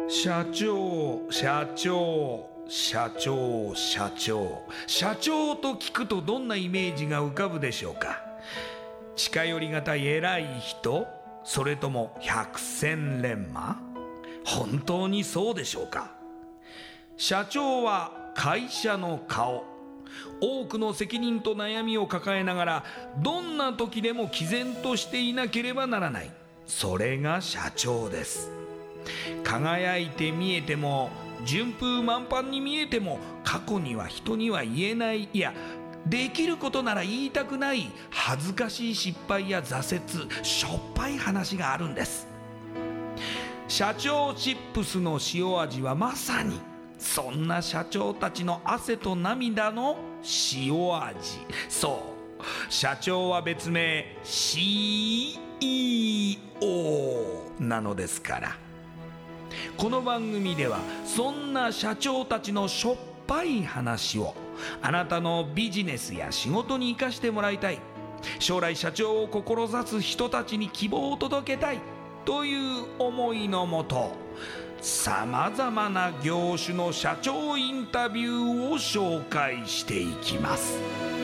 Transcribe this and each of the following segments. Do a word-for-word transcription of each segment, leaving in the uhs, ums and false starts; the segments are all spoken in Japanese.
社長社長社長社長社長と聞くとどんなイメージが浮かぶでしょうか。近寄りがたい偉い人、それとも百戦錬磨。本当にそうでしょうか。社長は会社の顔、多くの責任と悩みを抱えながらどんな時でも毅然としていなければならない、それが社長です。輝いて見えても順風満帆に見えても、過去には人には言えない、いやできることなら言いたくない恥ずかしい失敗や挫折、しょっぱい話があるんです。社長チップスの塩味はまさにそんな社長たちの汗と涙の塩味。そう社長は別名 シーイーオー なのですから。この番組ではそんな社長たちのしょっぱい話をあなたのビジネスや仕事に生かしてもらいたい、将来社長を志す人たちに希望を届けたいという思いのもと、さまざまな業種の社長インタビューを紹介していきます。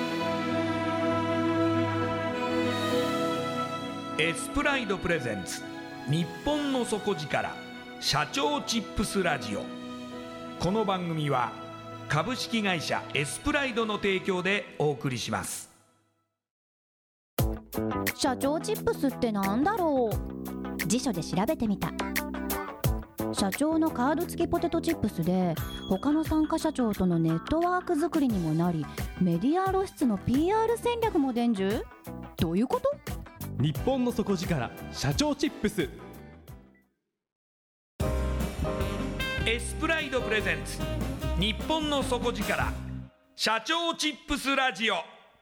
エスプライドプレゼンツ日本の底力社長チップスラジオ。この番組は株式会社エスプライドの提供でお送りします。 社長チップスってなんだろう。辞書で調べてみた。社長のカード付きポテトチップスで他の参加社長とのネットワーク作りにもなり、メディア露出の ピーアール 戦略も伝授。どういうこと？ 日本の底力社長チップス。 エスプライドプレゼンツ日本の底力社長チップスラジオ。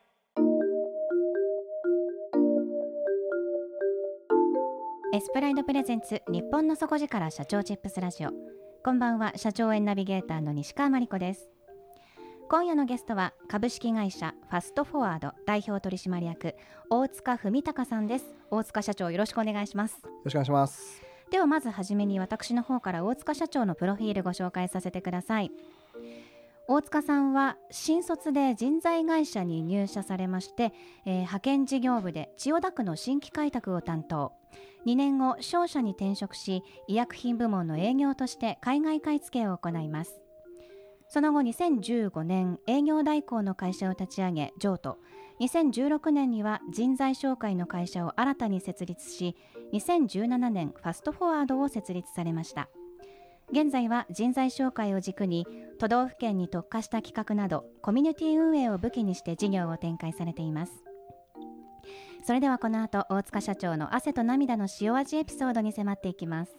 エスプライドプレゼンツ日本の底力社長チップスラジオ。こんばんは、社長園ナビゲーターの西川真理子です。今夜のゲストは株式会社ファストフォワード代表取締役大塚文隆さんです。大塚社長、よろしくお願いします。 よろしくお願いします。 ではまずはじめに私の方から大塚社長のプロフィールご紹介させてください。大塚さんは新卒で人材会社に入社されまして、えー、派遣事業部で千代田区の新規開拓を担当。にねんご商社に転職し、医薬品部門の営業として海外買い付けを行います。その後にせんじゅうごねん営業代行の会社を立ち上げ譲渡、にせんじゅうろくねんには人材紹介の会社を新たに設立し、にせんじゅうななねんファストフォワードを設立されました。現在は人材紹介を軸に都道府県に特化した企画などコミュニティ運営を武器にして事業を展開されています。それではこの後、大塚社長の汗と涙の塩味エピソードに迫っていきます。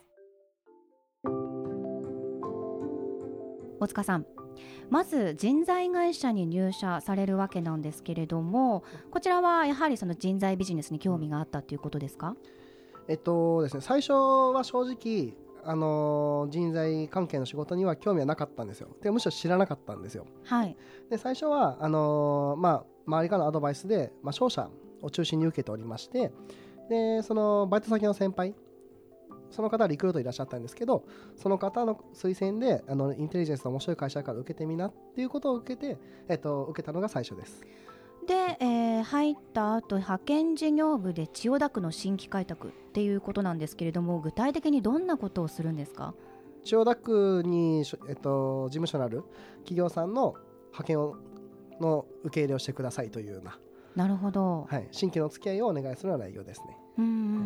大塚さん、まず人材会社に入社されるわけなんですけれども、こちらはやはりその人材ビジネスに興味があったということですか？ えっとですね、最初は正直あの人材関係の仕事には興味はなかったんですよ。でむしろ知らなかったんですよ。 はい。 で最初はあの、まあ、周りからのアドバイスで、まあ、商社を中心に受けておりまして、でそのバイト先の先輩、その方はリクルートいらっしゃったんですけど、その方の推薦であのインテリジェンスの面白い会社から受けてみなっていうことを受けて、えっと、受けたのが最初です。 で、えー、入った後派遣事業部で千代田区の新規開拓っていうことなんですけれども、具体的にどんなことをするんですか？ 千代田区に、えっと、事務所のある企業さんの派遣をの受け入れをしてくださいというような。 なるほど、 はい、新規の付き合いをお願いするような内容ですね。 うんうんうんうん、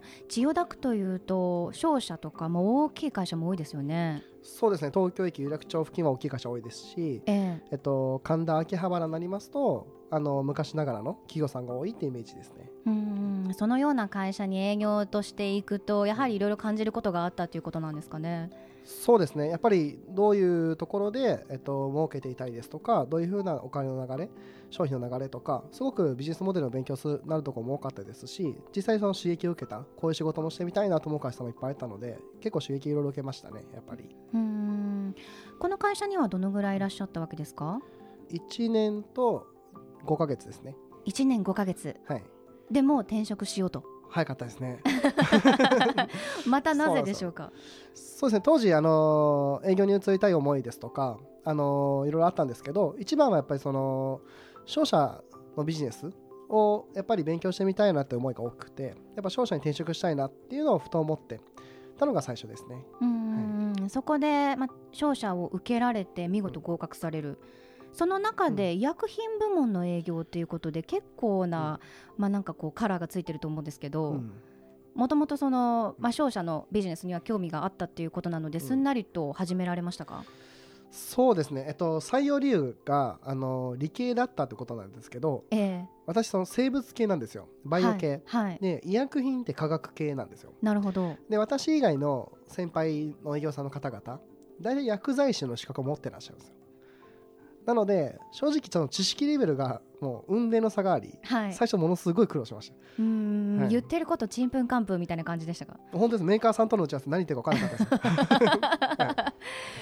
千代田区というと商社とかも大きい会社も多いですよね。 そうですね、東京駅有楽町付近は大きい会社多いですし、 えええっと、神田秋葉原になりますとあの昔ながらの企業さんが多いってイメージですね。 うんうん、そのような会社に営業としていくとやはりいろいろ感じることがあったということなんですかね。 そうですね、やっぱりどういうところで、えっと、儲けていたいですとか、どういうふうなお金の流れ、商品の流れとか、すごくビジネスモデルの勉強になるところも多かったですし、実際その刺激を受けた、こういう仕事もしてみたいなと思う会社もいっぱいあったので、結構刺激いろいろ受けましたね。やっぱりうーん、この会社にはどのぐらいいらっしゃったわけですか？ いちねんとごかげつですね。 いちねんごかげつ、 はい、 でもう転職しようと。 早かったですねまたなぜでしょうか。 そうですね、当時、あの営業に移りたい思いですとか、あのいろいろあったんですけど、一番はやっぱりその商社のビジネスをやっぱり勉強してみたいなって思いが多くて、やっぱ商社に転職したいなっていうのをふと思ってたのが最初ですね。 うん、はい、そこで、ま、商社を受けられて見事合格される、うん、その中で医薬品部門の営業ということで結構な、うん、まあ、なんかこうカラーがついてると思うんですけど、もともとその、まあ、商社のビジネスには興味があったっていうことなので、うん、すんなりと始められましたか？ そうですね、えっと、採用理由があの理系だったってことなんですけど、えー、私その生物系なんですよ、バイオ系、はいはい、で医薬品って科学系なんですよ。 なるほど。 で私以外の先輩の営業さんの方々大体薬剤師の資格を持ってらっしゃるんですよ。なので正直その知識レベルがもう雲泥の差があり、はい、最初ものすごい苦労しました。 うーん、はい、言ってることちんぷんかんぷんみたいな感じでしたか？ 本当です。メーカーさんとの打ち合わせ何言ってるか分からなかったです、 はい、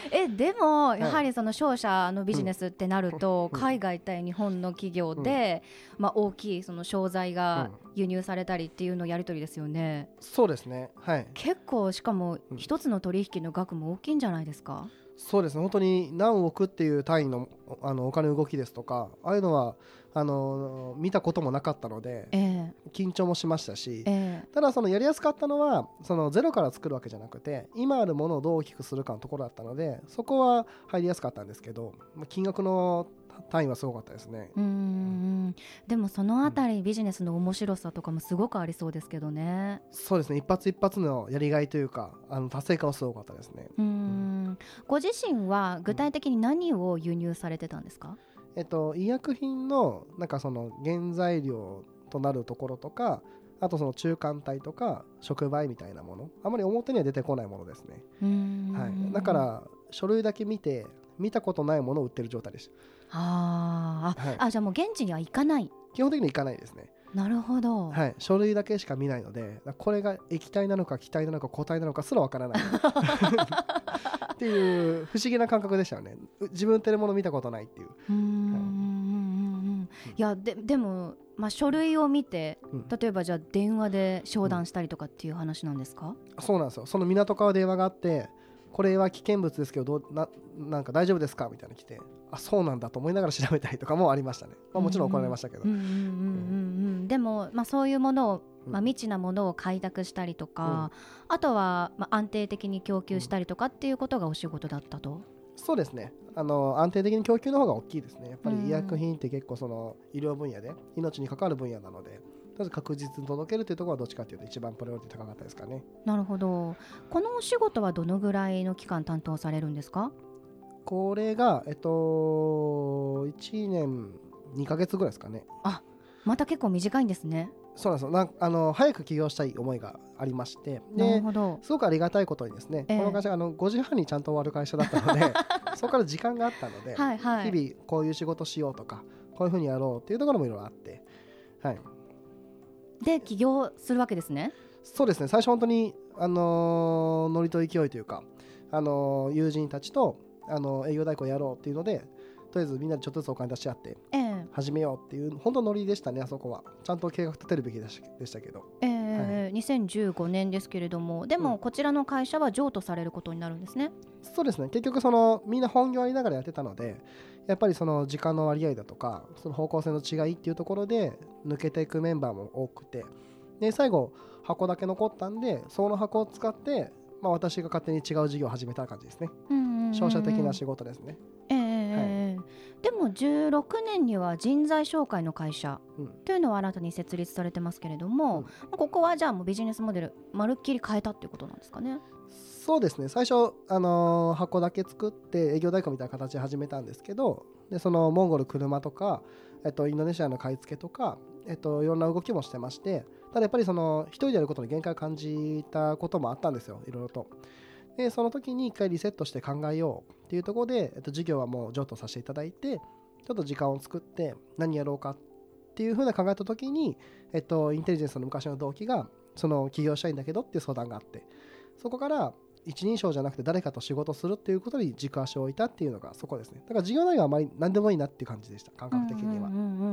えでもやはりその商社のビジネスってなると、はい、海外対日本の企業で、うん、まあ、大きいその商材が輸入されたりっていうのやり取りですよね、 うん、そうですね、はい、 結構しかも一つの取引の額も大きいんじゃないですか？ そうですね、本当に何億っていう単位 の, あのお金の動きですとか、ああいうのはあの見たこともなかったので、えー、緊張もしましたし、えー、ただそのやりやすかったのはそのゼロから作るわけじゃなくて今あるものをどう大きくするかのところだったので、そこは入りやすかったんですけど、金額の単位はすごかったですね。 うーん、でもそのあたりビジネスの面白さとかもすごくありそうですけどね。 そうですね、一発一発のやりがいというか、あの達成感はすごかったですね。 うーん、ご自身は具体的に何を輸入されてたんですか？ えっと、医薬品のなんかその原材料となるところとか、あとその中間体とか触媒みたいなもの、あまり表には出てこないものですね。うーん、はい、だから書類だけ見て見たことないものを売ってる状態でした。 あ、はい、あ、じゃあもう現地には行かない。 基本的には行かないですね。 なるほど、 はい、書類だけしか見ないので、これが液体なのか気体なのか固体なのかすらわからないっていう不思議な感覚でしたよね。自分手でもの見たことないっていう。うーん、 うん、いや で, でも、まあ、書類を見て、うん、例えばじゃあ電話で商談したりとかっていう話なんですか？ うん、そうなんですよ。その港から電話があって、これは危険物ですけどどう な, なんか大丈夫ですかみたいな来て、あ、そうなんだと思いながら調べたりとかもありましたね。まあ、もちろん怒られましたけど、 でも、まあ、そういうものを、まあ、未知なものを開拓したりとか、うん、あとは、まあ、安定的に供給したりとかっていうことがお仕事だったと、うん、 そうですね、あの安定的に供給の方が大きいですね。やっぱり医薬品って結構その医療分野で命に関わる分野なので、まず確実に届けるというところはどっちかというと一番プライオリティ高かったですかね。 なるほど。このお仕事はどのぐらいの期間担当されるんですか？ これが、えっと、いちねんにかげつぐらいですかね。 あ、また結構短いんですね。 そうなんですよ。なあの早く起業したい思いがありまして、で、なるほど、すごくありがたいことにですね、えー、この会社あのごじはんにちゃんと終わる会社だったのでそこから時間があったのではい、はい、日々こういう仕事しようとかこういうふうにやろうっていうところもいろいろあって、はい、 で起業するわけですね。 そうですね、最初本当に、あのー、ノリと勢いというか、あのー、友人たちと、あのー、営業代行やろうっていうので、とりあえずみんなでちょっとずつお金出し合って始めようっていう、えー、本当ノリでしたね。あそこはちゃんと計画立てるべきでした、でしたけど、 えーはい、にせんじゅうごねんですけれども、でもこちらの会社は譲渡されることになるんですね。 うん、そうですね、結局そのみんな本業ありながらやってたので、やっぱりその時間の割合だとかその方向性の違いっていうところで抜けていくメンバーも多くて、で最後箱だけ残ったんで、その箱を使って、まあ、私が勝手に違う事業を始めた感じですね。うんうんうんうん、商社的な仕事ですね。 えーはい、でもじゅうろくねんには人材紹介の会社というのを新たに設立されてますけれども、うん、ここはじゃあもうビジネスモデルまるっきり変えたっていうことなんですかね。 そうですね、最初、あのー、箱だけ作って営業代行みたいな形で始めたんですけど、でそのモンゴル車とか、えっと、インドネシアの買い付けとか、えっと、いろんな動きもしてまして、ただやっぱりその一人でやることに限界を感じたこともあったんですよ、いろいろと。でその時に一回リセットして考えようっていうところで、えっと、事業はもう譲渡させていただいて、ちょっと時間を作って何やろうかっていうふうな考えた時に、えっと、インテリジェンスの昔の同期がその起業したいんだけどっていう相談があって、そこから一人称じゃなくて誰かと仕事するっていうことに軸足を置いたっていうのがそこですね。だから事業内容はあまり何でもいいなっていう感じでした、感覚的には。うんうんうんうん、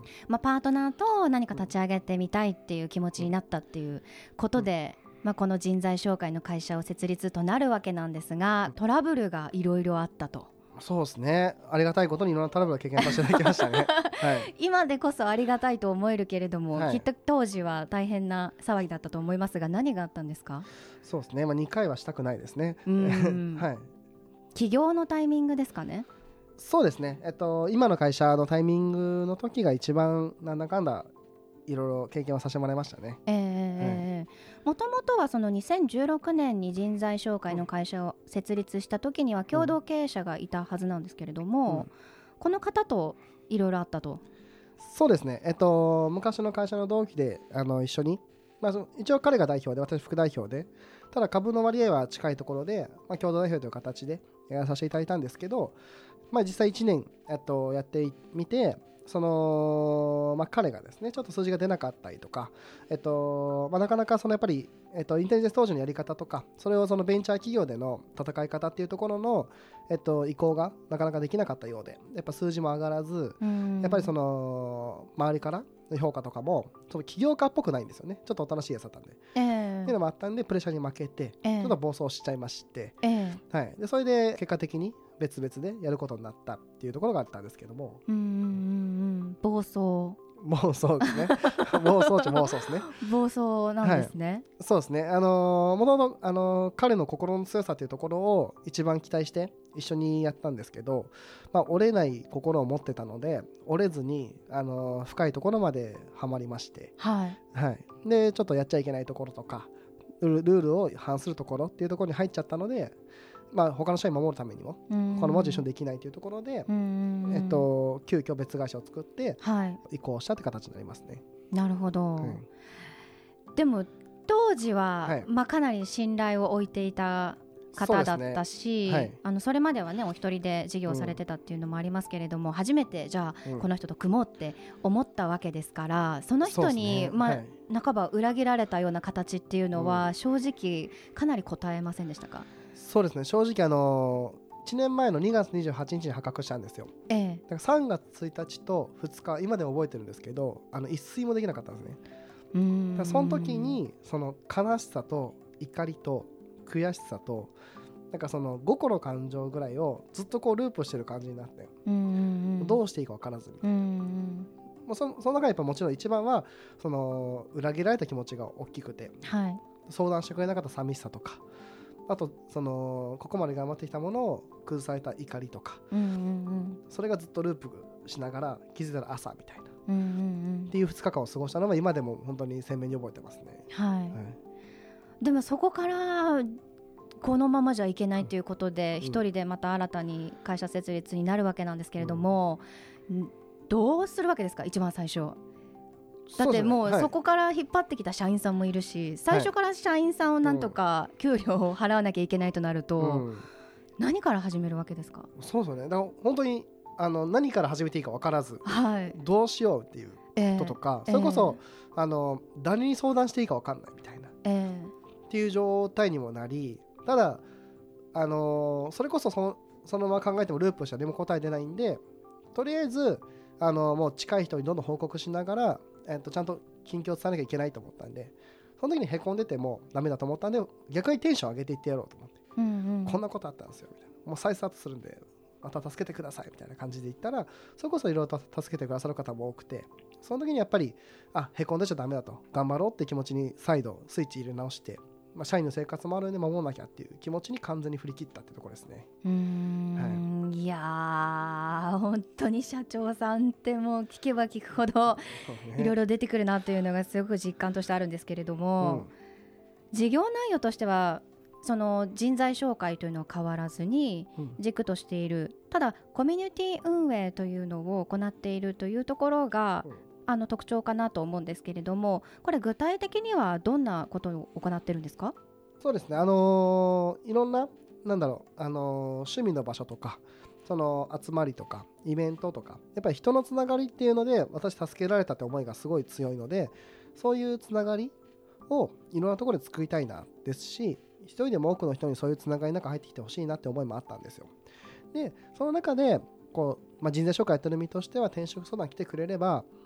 まあ、パートナーと何か立ち上げてみたいっていう気持ちになったっていうことで、うんまあ、この人材紹介の会社を設立となるわけなんですが、トラブルがいろいろあったと。 そうですね、ありがたいことにいろんなトラブルを経験させていただきましたね、はい、 今でこそありがたいと思えるけれども、 はい、 きっと当時は大変な騒ぎだったと思いますが、何があったんですか？ そうですね、まあ、にかいはしたくないですねうん、はい、起業のタイミングですかね？ そうですね、えっと、今の会社のタイミングの時が一番なんだかんだいろいろ経験をさせてもらいましたね。 もともとはそのにせんじゅうろくねんに人材紹介の会社を設立した時には共同経営者がいたはずなんですけれども、うん、この方といろいろあったと。 そうですね、えっと、昔の会社の同期であの一緒に、まあ、その一応彼が代表で私副代表で、ただ株の割合は近いところで、まあ、共同代表という形でやらさせていただいたんですけど、まあ、実際いちねん、えっと、やってみてそのまあ、彼がですねちょっと数字が出なかったりとか、えっとまあ、なかなかそのやっぱり、えっと、インテリジェンス投資のやり方とか、それをそのベンチャー企業での戦い方っていうところの、えっと、移行がなかなかできなかったようで、やっぱ数字も上がらず、やっぱりその周りからの評価とかもその起業家っぽくないんですよね。ちょっとおとなしいやつだったんで、えー、っていうのもあったんでプレッシャーに負けて、えー、ちょっと暴走しちゃいまして、えーはい、でそれで結果的に別々でやることになったっていうところがあったんですけども、 うんうんうん暴走暴走ですね暴走っちゃ暴走ですね暴走なんですね、 はい、そうですね、あのー、もともと、あのー、彼の心の強さというところを一番期待して一緒にやったんですけど、まあ、折れない心を持ってたので折れずに、あのー、深いところまではまりまして、はいはい、でちょっとやっちゃいけないところとかルールを反するところっていうところに入っちゃったので、まあ、他の社員を守るためにもこの文字一緒にできないというところで、えっと、急遽別会社を作って移行したという形になりますね。 なるほど、うん、でも当時は、はいまあ、かなり信頼を置いていた方だったし、 そ,、ねはい、あのそれまではねお一人で事業されてたっていうのもありますけれども、うん、初めてじゃあ、うん、この人と組もうって思ったわけですから、その人に、ねまあはい、半ば裏切られたような形っていうのは、うん、正直かなり答えませんでしたか？ そうですね、正直あのいちねんまえのにがつにじゅうはちにちに破格したんですよ、ええ、だからさんがつついたちとふつか今でも覚えてるんですけど、あの一睡もできなかったんですね。うーんだからその時にその悲しさと怒りと悔しさとなんかそのごこの感情ぐらいをずっとこうループしてる感じになって、うんうんうん、どうしていいか分からずみたいな、うんうん、もう そ, その中でやっぱもちろん一番はその裏切られた気持ちが大きくて、はい、相談してくれなかった寂しさとか、あとそのここまで頑張ってきたものを崩された怒りとか、うんうんうん、それがずっとループしながら気づいたら朝みたいな、うんうんうん、っていうふつかかんを過ごしたのは今でも本当に鮮明に覚えてますね、はいはい、 でもそこからこのままじゃいけないということで一、うん、人でまた新たに会社設立になるわけなんですけれども、うん、どうするわけですか一番最初？だってもうそこから引っ張ってきた社員さんもいるし、最初から社員さんをなんとか給料を払わなきゃいけないとなると何から始めるわけですか？ そうですね、だから本当にあの何から始めていいか分からず、はい、どうしようっていうこととか、えー、それこそ、えー、あの誰に相談していいか分かんないみたいな、えー、っていう状態にもなり、ただ、あのー、それこそその、そのまま考えてもループしては何も答え出ないんで、とりあえず、あのー、もう近い人にどんどん報告しながら、えー、とちゃんと近況を伝えなきゃいけないと思ったんで、その時にへこんでてもダメだと思ったんで、逆にテンション上げていってやろうと思って、うんうん、こんなことあったんですよみたいな、もう再スタートするんでまた助けてくださいみたいな感じで言ったら、それこそいろいろと助けてくださる方も多くて、その時にやっぱりあへこんでちゃダメだと、頑張ろうって気持ちに再度スイッチ入れ直して、まあ、社員の生活もあるんで守らなきゃっていう気持ちに完全に振り切ったってところですね。 うーん、はい、いやー本当に社長さんってもう聞けば聞くほどいろいろ出てくるなというのがすごく実感としてあるんですけれども、うん、事業内容としてはその人材紹介というのは変わらずに軸としている、うん、ただコミュニティ運営というのを行っているというところが、うん、あの特徴かなと思うんですけれども、これ具体的にはどんなことを行ってるんですか？ そうですね、あのー、いろんな、なんだろう、あのー、趣味の場所とかその集まりとかイベントとか、やっぱり人のつながりっていうので私助けられたって思いがすごい強いので、そういうつながりをいろんなところで作りたいなですし、一人でも多くの人にそういうつながりの中入ってきてほしいなって思いもあったんですよ。でその中でこう、まあ、人材紹介やってる身としては転職相談来てくれれば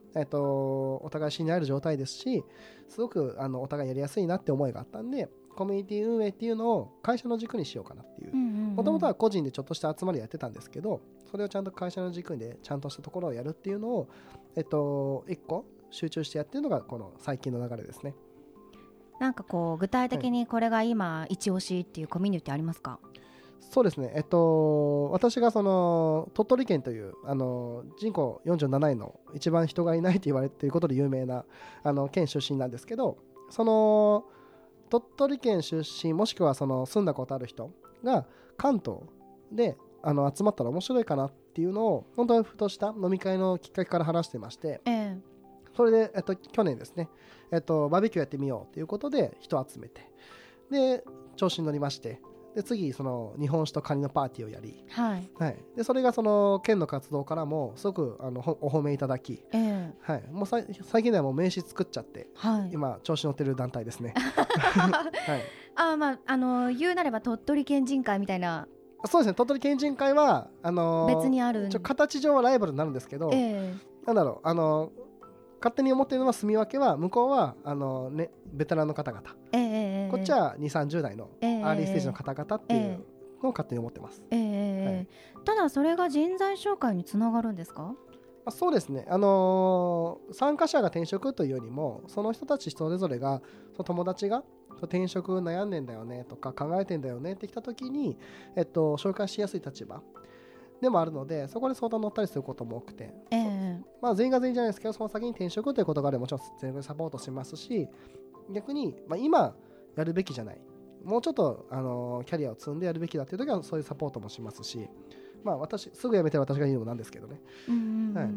えっと、お互い信頼ある状態ですし、すごくあのお互いやりやすいなって思いがあったんで、コミュニティ運営っていうのを会社の軸にしようかなっていう。もともとは個人でちょっとした集まりやってたんですけど、それをちゃんと会社の軸でちゃんとしたところをやるっていうのを、えっと、一個集中してやってるのがこの最近の流れですね。 なんかこう具体的にこれが今一押しっていうコミュニティありますか？ そうですね、えっと、私がその鳥取県というあの人口よんじゅうなないの一番人がいないと言われていることで有名なあの県出身なんですけど、その鳥取県出身もしくはその住んだことある人が関東であの集まったら面白いかなっていうのを本当にふとした飲み会のきっかけから話してまして、 ええ、 それで、えっと、去年ですね、えっと、バーベキューやってみようということで人を集めて、で調子に乗りまして、で次その日本酒とカニのパーティーをやり、 はいはい、でそれがその県の活動からもすごくあのお褒めいただき、 ええ、 はい、もうさ最近ではもう名刺作っちゃって、 はい、 今調子乗ってる団体ですね、はい、 あ、まあ、あの言うなれば鳥取県人会みたいな。 そうですね、鳥取県人会はあのー、 別にあるちょ形上はライバルになるんですけど、 ええ、 なんだろう、あのー勝手に思っているのは住み分けは向こうはあの、ね、ベテランの方々、 ええ、 こっちはにじゅう、さんじゅう代のアええーリーステージの方々っていうのを勝手に思ってます、 ええ、 はい、 ただそれが人材紹介につながるんですか？ あそうですね、あのー参加者が転職というよりもその人たちそれぞれがその友達が転職悩んでんだよねとか考えてんだよねってきた時に、えっと、紹介しやすい立場でもあるので、そこで相談乗ったりすることも多くて、 ええ、 まあ、全員が全員じゃないですけどその先に転職ということがあればもちろん全力でサポートしますし、逆に、まあ、今やるべきじゃない、もうちょっと、あのーキャリアを積んでやるべきだという時はそういうサポートもしますし、まあ、私すぐ辞めて私が言うのもなんですけどね、 うんうんうんうん、 はい、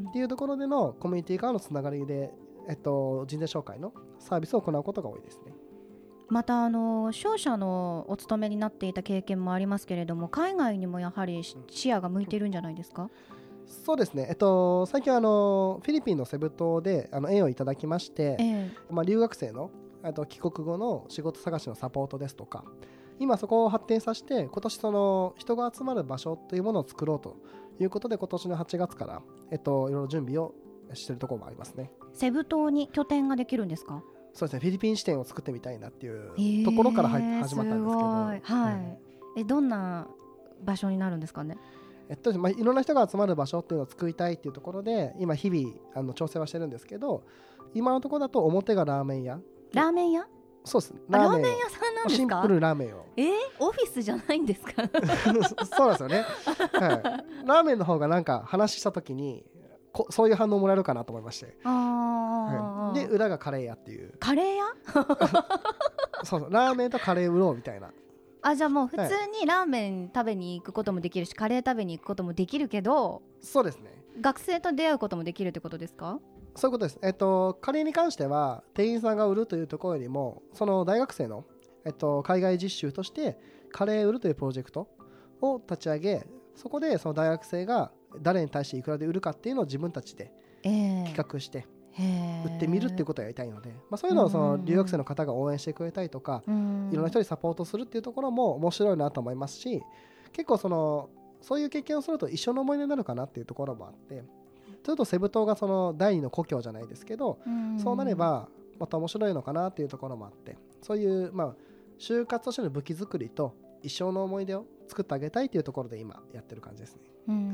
っていうところでのコミュニティからのつながりで、えっと、人材紹介のサービスを行うことが多いですね。 またあの商社のお勤めになっていた経験もありますけれども、海外にもやはり視野が向いてるんじゃないですか？ そうですね、えっと、最近あのフィリピンのセブ島であの縁をいただきまして、 ええ、 まあ、留学生のあと帰国後の仕事探しのサポートですとか、今そこを発展させて今年その人が集まる場所というものを作ろうということで今年のはちがつから、えっと、いろいろ準備をしているところもありますね。 セブ島に拠点ができるんですか？ そうですね、フィリピン支店を作ってみたいなっていうところから入っ、 えー、 始まったんですけど、 はい、 はい、 えどんな場所になるんですかね？ えっとまあ、いろんな人が集まる場所っていうのを作りたいっていうところで今日々あの調整はしてるんですけど、今のところだと表がラーメン屋、 ラーメン屋？ そうです、 ラーメン屋さんなんですか？ シンプルラーメンをえー、オフィスじゃないんですか？ そうなんですよね、はい、ラーメンの方がなんか話した時にこそういう反応もらえるかなと思いまして、 あ、 はい、で裏がカレー屋っていうカレー屋そうそうラーメンとカレー売ろうみたいな。 あ、じゃあもう普通にラーメン食べに行くこともできるし、カレー食べに行くこともできるけど、 そうですね、 学生と出会うこともできるってことですか？ そういうことです。えっと、カレーに関しては店員さんが売るというところよりもその大学生の、えっと、海外実習としてカレー売るというプロジェクトを立ち上げ、そこでその大学生が誰に対していくらで売るかっていうのを自分たちで企画して売ってみるっていうことをやりたいので、まあ、そういうのをその留学生の方が応援してくれたりとか、いろんな人にサポートするっていうところも面白いなと思いますし、結構そのそういう経験をすると一緒の思い出になるかなっていうところもあって、ちょっとセブ島がその第二の故郷じゃないですけど、そうなればまた面白いのかなっていうところもあって、そういうまあ就活としての武器作りと一生の思い出を作ってあげたいというところで今やってる感じですね。 うんうんうん、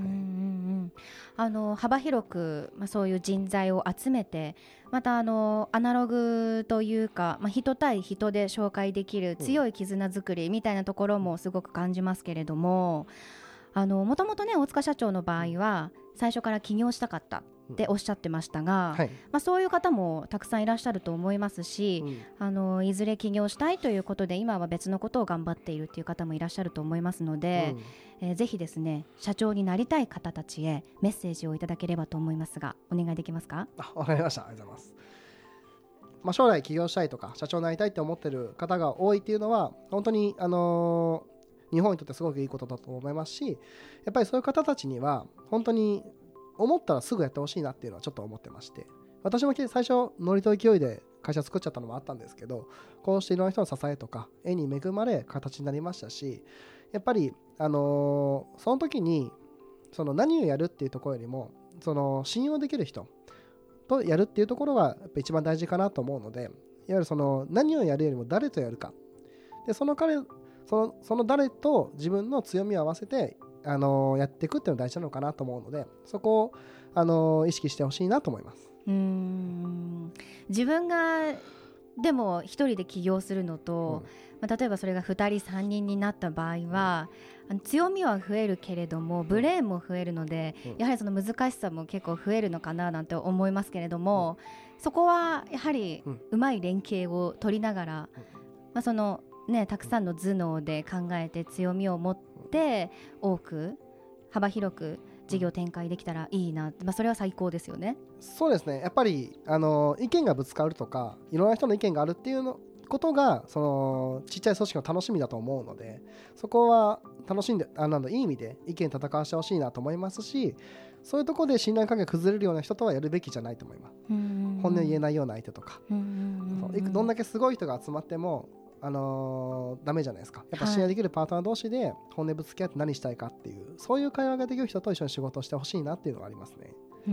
あの幅広く、まあ、そういう人材を集めて、またあのアナログというか、まあ、人対人で紹介できる強い絆作りみたいなところもすごく感じますけれども、あのもともとね大塚社長の場合は最初から起業したかったっておっしゃってましたが、 はい、 まあ、そういう方もたくさんいらっしゃると思いますし、うん、あのいずれ起業したいということで今は別のことを頑張っているという方もいらっしゃると思いますので、うん、えー、ぜひですね社長になりたい方たちへメッセージをいただければと思いますが、お願いできますか？ あ、わかりました。ありがとうございます。まあ、将来起業したいとか社長になりたいって思ってる方が多いっていうのは本当に、あのー日本にとってすごくいいことだと思いますし、やっぱりそういう方たちには本当に思ったらすぐやってほしいなっていうのはちょっと思ってまして、私も最初ノリと勢いで会社作っちゃったのもあったんですけど、こうしていろんな人の支えとか絵に恵まれ形になりましたし、やっぱり、あのー、その時にその何をやるっていうところよりもその信用できる人とやるっていうところがやっぱ一番大事かなと思うので、いわゆるその何をやるよりも誰とやるかで、その彼そのその誰と自分の強みを合わせて、あのー、やっていくっていうのが大事なのかなと思うので、そこを、あのー、意識してほしいなと思います。 うーん、自分がでも一人で起業するのと、うんまあ、例えばそれがふたりさんにんになった場合は、うん、あの強みは増えるけれどもブレーンも増えるので、うん、やはりその難しさも結構増えるのかななんて思いますけれども、うん、そこはやはりうまい連携を取りながら、うんまあそのね、たくさんの頭脳で考えて強みを持って多く幅広く事業展開できたらいいな、まあ、それは最高ですよね。 そうですね、やっぱりあの意見がぶつかるとかいろんな人の意見があるっていうのことがそのちっちゃい組織の楽しみだと思うので、そこは楽しんであなんだいい意味で意見戦わせてほしいなと思いますし、そういうところで信頼関係が崩れるような人とはやるべきじゃないと思います。本音を言えないような相手とか、どんだけすごい人が集まってもあのー、ダメじゃないですか。やっぱ信頼できるパートナー同士で本音ぶつけ合って何したいかっていう、そういう会話ができる人と一緒に仕事をしてほしいなっていうのがありますね。 うん、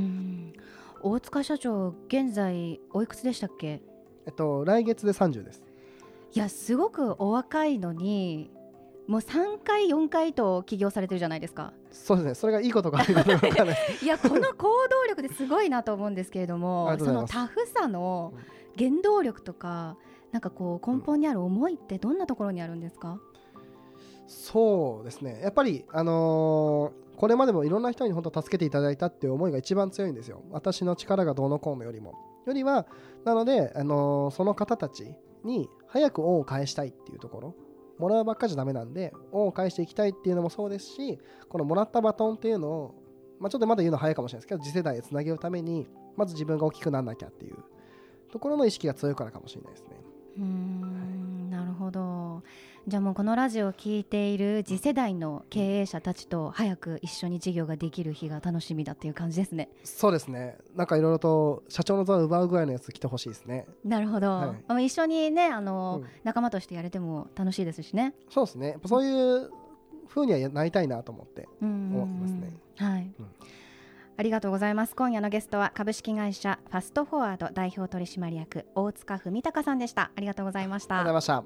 大塚社長現在おいくつでしたっけ？ えっと来月でさんじゅうです。 いやすごくお若いのにもうさんかいよんかいと起業されてるじゃないですか。 そうですね、それがいいことか悪いことか分からないいやこの行動力ですごいなと思うんですけれどもそのタフさの原動力とかなんかこう根本にある思いってどんなところにあるんですか？うん、 そうですね、やっぱり、あのー、これまでもいろんな人に本当助けていただいたっていう思いが一番強いんですよ。私の力がどうのこうのよりもよりはなので、あのー、その方たちに早く恩を返したいっていうところ、もらうばっかじゃダメなんで恩を返していきたいっていうのもそうですし、このもらったバトンっていうのを、まあ、ちょっとまだ言うのは早いかもしれないですけど次世代へつなげるためにまず自分が大きくならなきゃっていうところの意識が強いからかもしれないですね。 うーん、なるほど。じゃあもうこのラジオを聞いている次世代の経営者たちと早く一緒に事業ができる日が楽しみだっていう感じですね。 そうですね、なんかいろいろと社長の座を奪うぐらいのやつ来てほしいですね。 なるほど、はい、一緒にねあの、うん、仲間としてやれても楽しいですしね。 そうですね、そういう風にはなりたいなと思って思ってますね。 はい、うん、ありがとうございます。今夜のゲストは株式会社ファストフォワード代表取締役大塚文隆さんでした。ありがとうございました。 ありがとうございました。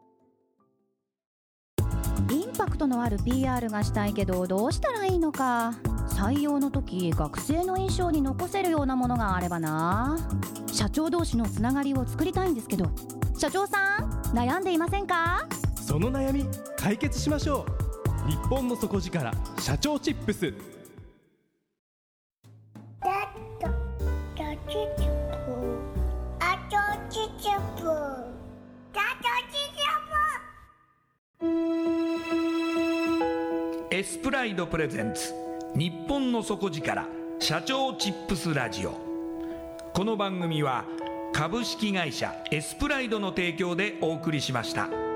インパクトのある ピーアール がしたいけどどうしたらいいのか。採用の時学生の印象に残せるようなものがあればな。社長同士のつながりを作りたいんですけど、社長さん悩んでいませんか？ その悩み解決しましょう。日本の底力社長チップス。 エスプライドプレゼンツ日本の底力社長チップスラジオ。この番組は株式会社エスプライドの提供でお送りしました。